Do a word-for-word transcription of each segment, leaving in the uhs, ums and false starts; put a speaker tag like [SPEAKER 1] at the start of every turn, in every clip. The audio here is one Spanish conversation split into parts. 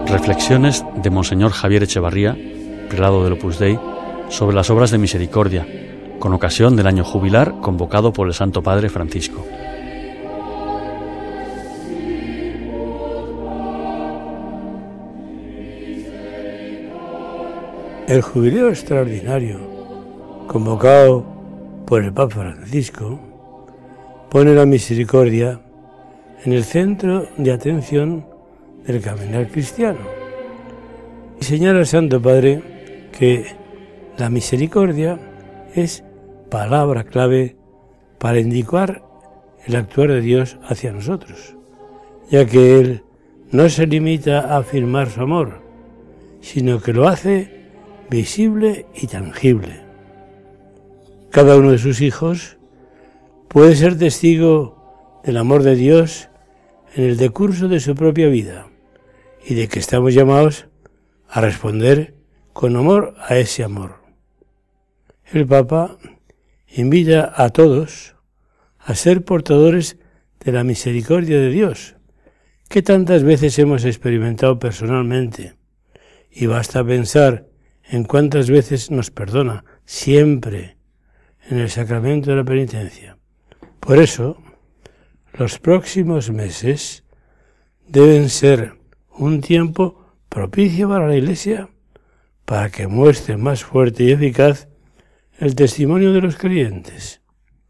[SPEAKER 1] Reflexiones de Monseñor Javier Echevarría, prelado del Opus Dei, sobre las obras de misericordia, con ocasión del año jubilar convocado por el Santo Padre Francisco.
[SPEAKER 2] El jubileo extraordinario, convocado por el Papa Francisco, pone la misericordia en el centro de atención del caminar cristiano. Y señala el Santo Padre que la misericordia es palabra clave para indicar el actuar de Dios hacia nosotros, ya que Él no se limita a afirmar su amor, sino que lo hace visible y tangible. Cada uno de sus hijos puede ser testigo del amor de Dios en el decurso de su propia vida y de que estamos llamados a responder con amor a ese amor. El Papa invita a todos a ser portadores de la misericordia de Dios, que tantas veces hemos experimentado personalmente, y basta pensar en cuántas veces nos perdona, siempre, en el sacramento de la penitencia. Por eso, los próximos meses deben ser un tiempo propicio para la Iglesia, para que muestre más fuerte y eficaz el testimonio de los creyentes.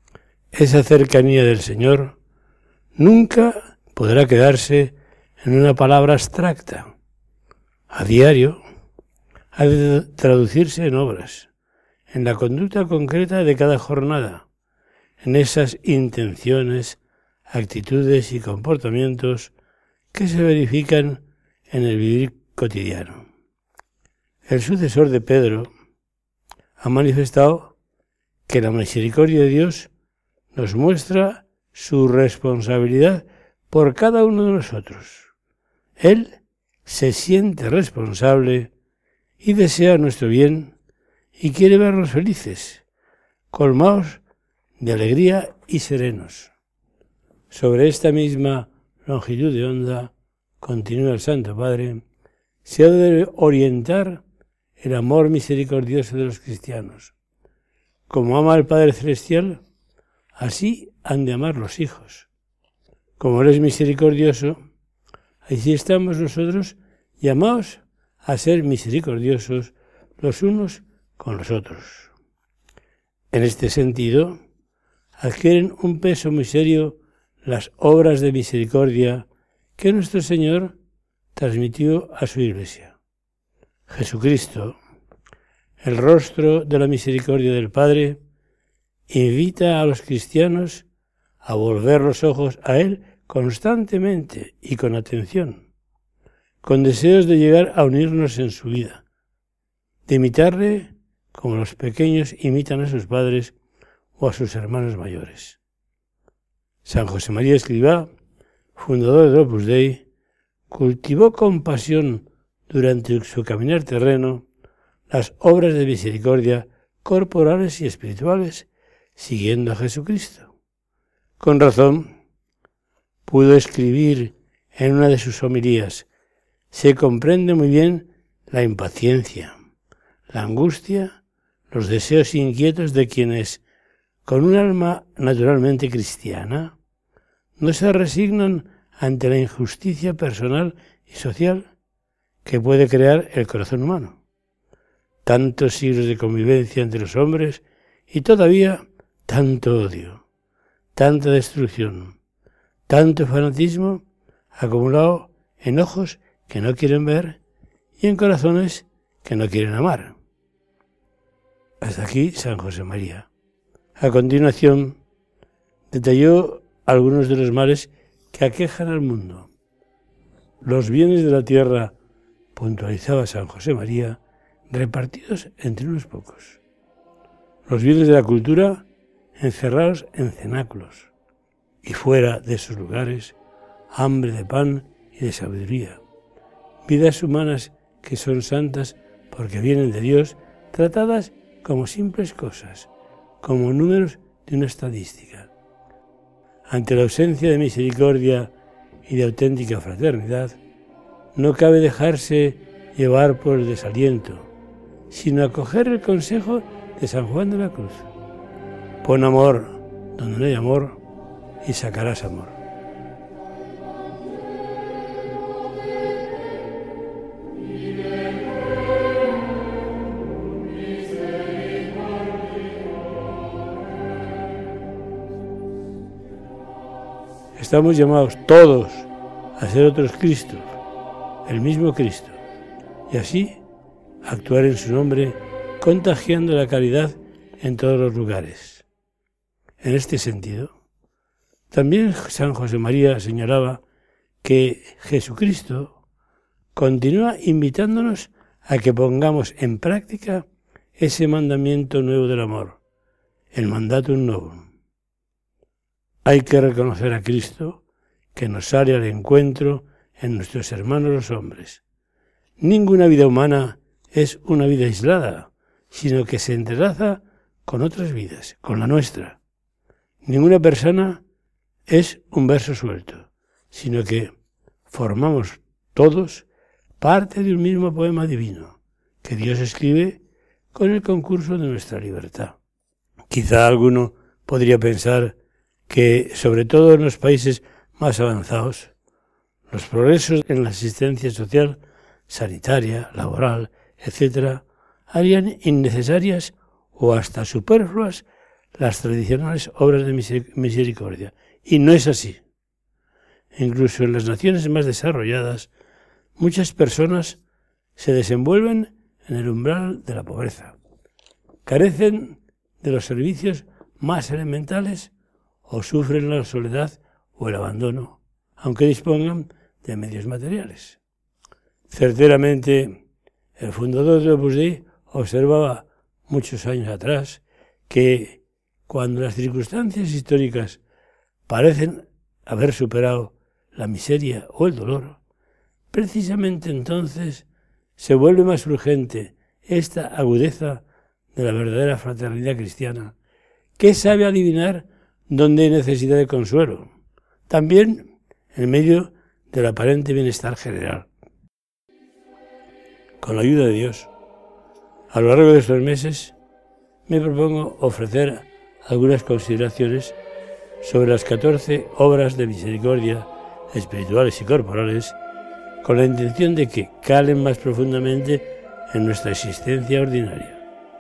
[SPEAKER 2] Esa cercanía del Señor nunca podrá quedarse en una palabra abstracta. A diario ha de traducirse en obras, en la conducta concreta de cada jornada, en esas intenciones, actitudes y comportamientos que se verifican en el vivir cotidiano. El sucesor de Pedro ha manifestado que la misericordia de Dios nos muestra su responsabilidad por cada uno de nosotros. Él se siente responsable y desea nuestro bien y quiere vernos felices, colmados de alegría y serenos. Sobre esta misma longitud de onda, continúa el Santo Padre, se ha de orientar el amor misericordioso de los cristianos. Como ama el Padre Celestial, así han de amar los hijos. Como Él es misericordioso, así estamos nosotros llamados a ser misericordiosos los unos con los otros. En este sentido, adquieren un peso muy serio las obras de misericordia que nuestro Señor transmitió a su Iglesia. Jesucristo, el rostro de la misericordia del Padre, invita a los cristianos a volver los ojos a Él constantemente y con atención, con deseos de llegar a unirnos en su vida, de imitarle como los pequeños imitan a sus padres o a sus hermanos mayores. San José María Escrivá, fundador del Opus Dei, cultivó con pasión durante su caminar terreno las obras de misericordia corporales y espirituales, siguiendo a Jesucristo. Con razón, pudo escribir en una de sus homilías: se comprende muy bien la impaciencia, la angustia, los deseos inquietos de quienes, con un alma naturalmente cristiana, no se resignan ante la injusticia personal y social que puede crear el corazón humano. Tantos siglos de convivencia entre los hombres y todavía tanto odio, tanta destrucción, tanto fanatismo acumulado en ojos que no quieren ver y en corazones que no quieren amar. Hasta aquí San José María. A continuación, detalló algunos de los males que aquejan al mundo. Los bienes de la tierra, puntualizaba San José María, repartidos entre unos pocos. Los bienes de la cultura, encerrados en cenáculos. Y fuera de esos lugares, hambre de pan y de sabiduría. Vidas humanas que son santas porque vienen de Dios, tratadas como simples cosas, como números de una estadística. Ante la ausencia de misericordia y de auténtica fraternidad, no cabe dejarse llevar por el desaliento, sino acoger el consejo de San Juan de la Cruz. Pon amor donde no hay amor y sacarás amor. Estamos llamados todos a ser otros Cristos, el mismo Cristo, y así actuar en su nombre, contagiando la caridad en todos los lugares. En este sentido, también San José María señalaba que Jesucristo continúa invitándonos a que pongamos en práctica ese mandamiento nuevo del amor, el mandatum novum. Hay que reconocer a Cristo que nos sale al encuentro en nuestros hermanos los hombres. Ninguna vida humana es una vida aislada, sino que se entrelaza con otras vidas, con la nuestra. Ninguna persona es un verso suelto, sino que formamos todos parte de un mismo poema divino, que Dios escribe con el concurso de nuestra libertad. Quizá alguno podría pensar que, sobre todo en los países más avanzados, los progresos en la asistencia social, sanitaria, laboral, etcétera, harían innecesarias o hasta superfluas las tradicionales obras de misericordia. Y no es así. Incluso en las naciones más desarrolladas, muchas personas se desenvuelven en el umbral de la pobreza. Carecen de los servicios más elementales o sufren la soledad o el abandono, aunque dispongan de medios materiales. Certeramente, el fundador de Opus Dei observaba muchos años atrás que cuando las circunstancias históricas parecen haber superado la miseria o el dolor, precisamente entonces se vuelve más urgente esta agudeza de la verdadera fraternidad cristiana, que sabe adivinar donde hay necesidad de consuelo, también en medio del aparente bienestar general. Con la ayuda de Dios, a lo largo de estos meses, me propongo ofrecer algunas consideraciones sobre las catorce obras de misericordia espirituales y corporales, con la intención de que calen más profundamente en nuestra existencia ordinaria.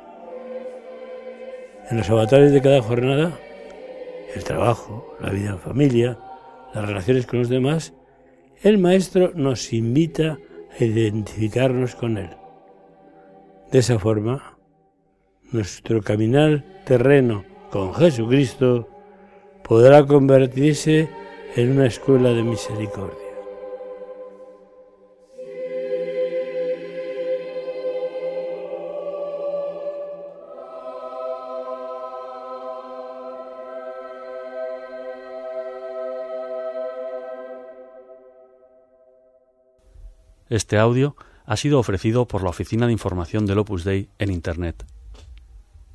[SPEAKER 2] En los avatares de cada jornada, el trabajo, la vida en familia, las relaciones con los demás, el Maestro nos invita a identificarnos con Él. De esa forma, nuestro caminar terreno con Jesucristo podrá convertirse en una escuela de misericordia.
[SPEAKER 1] Este audio ha sido ofrecido por la Oficina de Información del Opus Dei en Internet.